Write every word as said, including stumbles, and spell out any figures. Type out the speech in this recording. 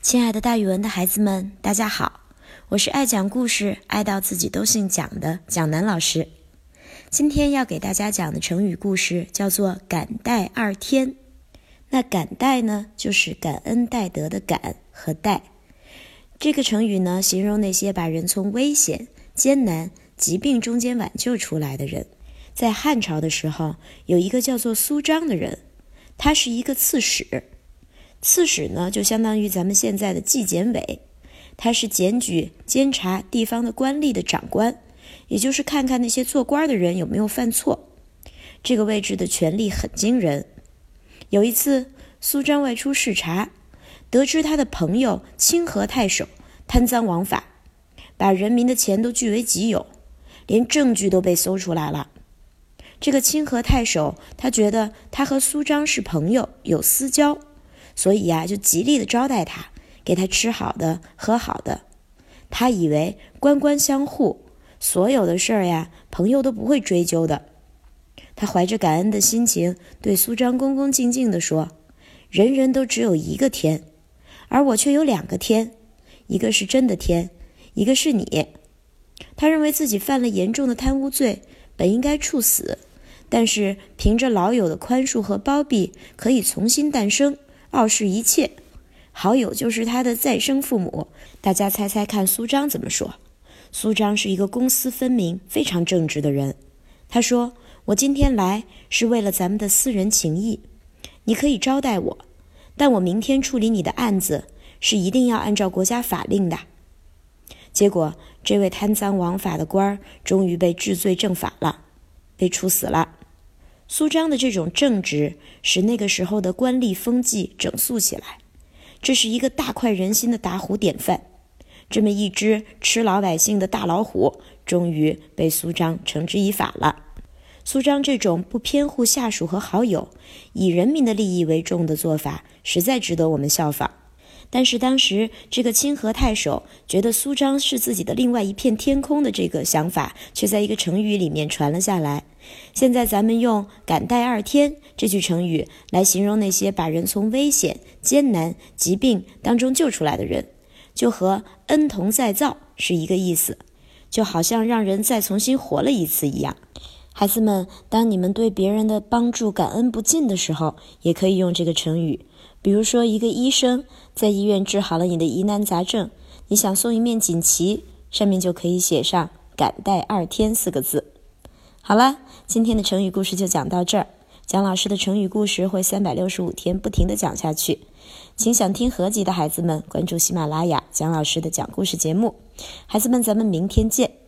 亲爱的大语文的孩子们，大家好，我是爱讲故事爱到自己都姓蒋的蒋楠老师。今天要给大家讲的成语故事叫做感戴二天。那感戴呢，就是感恩戴德的感和戴。这个成语呢，形容那些把人从危险、艰难、疾病中间挽救出来的人。在汉朝的时候，有一个叫做苏张的人，他是一个刺史。刺史呢，就相当于咱们现在的纪检委，他是检举、监察地方的官吏的长官，也就是看看那些做官的人有没有犯错。这个位置的权力很惊人。有一次，苏张外出视察，得知他的朋友清河太守贪赃枉法，把人民的钱都据为己有，连证据都被搜出来了。这个清河太守他觉得他和苏张是朋友，有私交，所以呀、啊，就极力的招待他，给他吃好的喝好的。他以为官官相护，所有的事儿呀，朋友都不会追究的。他怀着感恩的心情对苏张恭恭敬敬地说，人人都只有一个天，而我却有两个天，一个是真的天，一个是你。他认为自己犯了严重的贪污罪，本应该处死，但是凭着老友的宽恕和包庇，可以重新诞生，傲视一切。好友就是他的再生父母。大家猜猜看苏张怎么说？苏张是一个公私分明、非常正直的人。他说，我今天来是为了咱们的私人情谊，你可以招待我，但我明天处理你的案子是一定要按照国家法令的。结果这位贪赃枉法的官终于被治罪正法了，被处死了。苏张的这种正直使那个时候的官吏风气整肃起来，这是一个大快人心的打虎典范。这么一只吃老百姓的大老虎，终于被苏张惩治以法了。苏张这种不偏护下属和好友，以人民的利益为重的做法，实在值得我们效仿。但是当时这个清河太守觉得苏张是自己的另外一片天空的这个想法，却在一个成语里面传了下来。现在咱们用感戴二天这句成语来形容那些把人从危险、艰难、疾病当中救出来的人，就和恩同再造是一个意思，就好像让人再重新活了一次一样。孩子们，当你们对别人的帮助感恩不尽的时候，也可以用这个成语。比如说，一个医生在医院治好了你的疑难杂症，你想送一面锦旗，上面就可以写上感戴二天四个字。好了，今天的成语故事就讲到这儿。蒋老师的成语故事会三百六十五天不停地讲下去，请想听合集的孩子们关注喜马拉雅蒋老师的讲故事节目。孩子们，咱们明天见。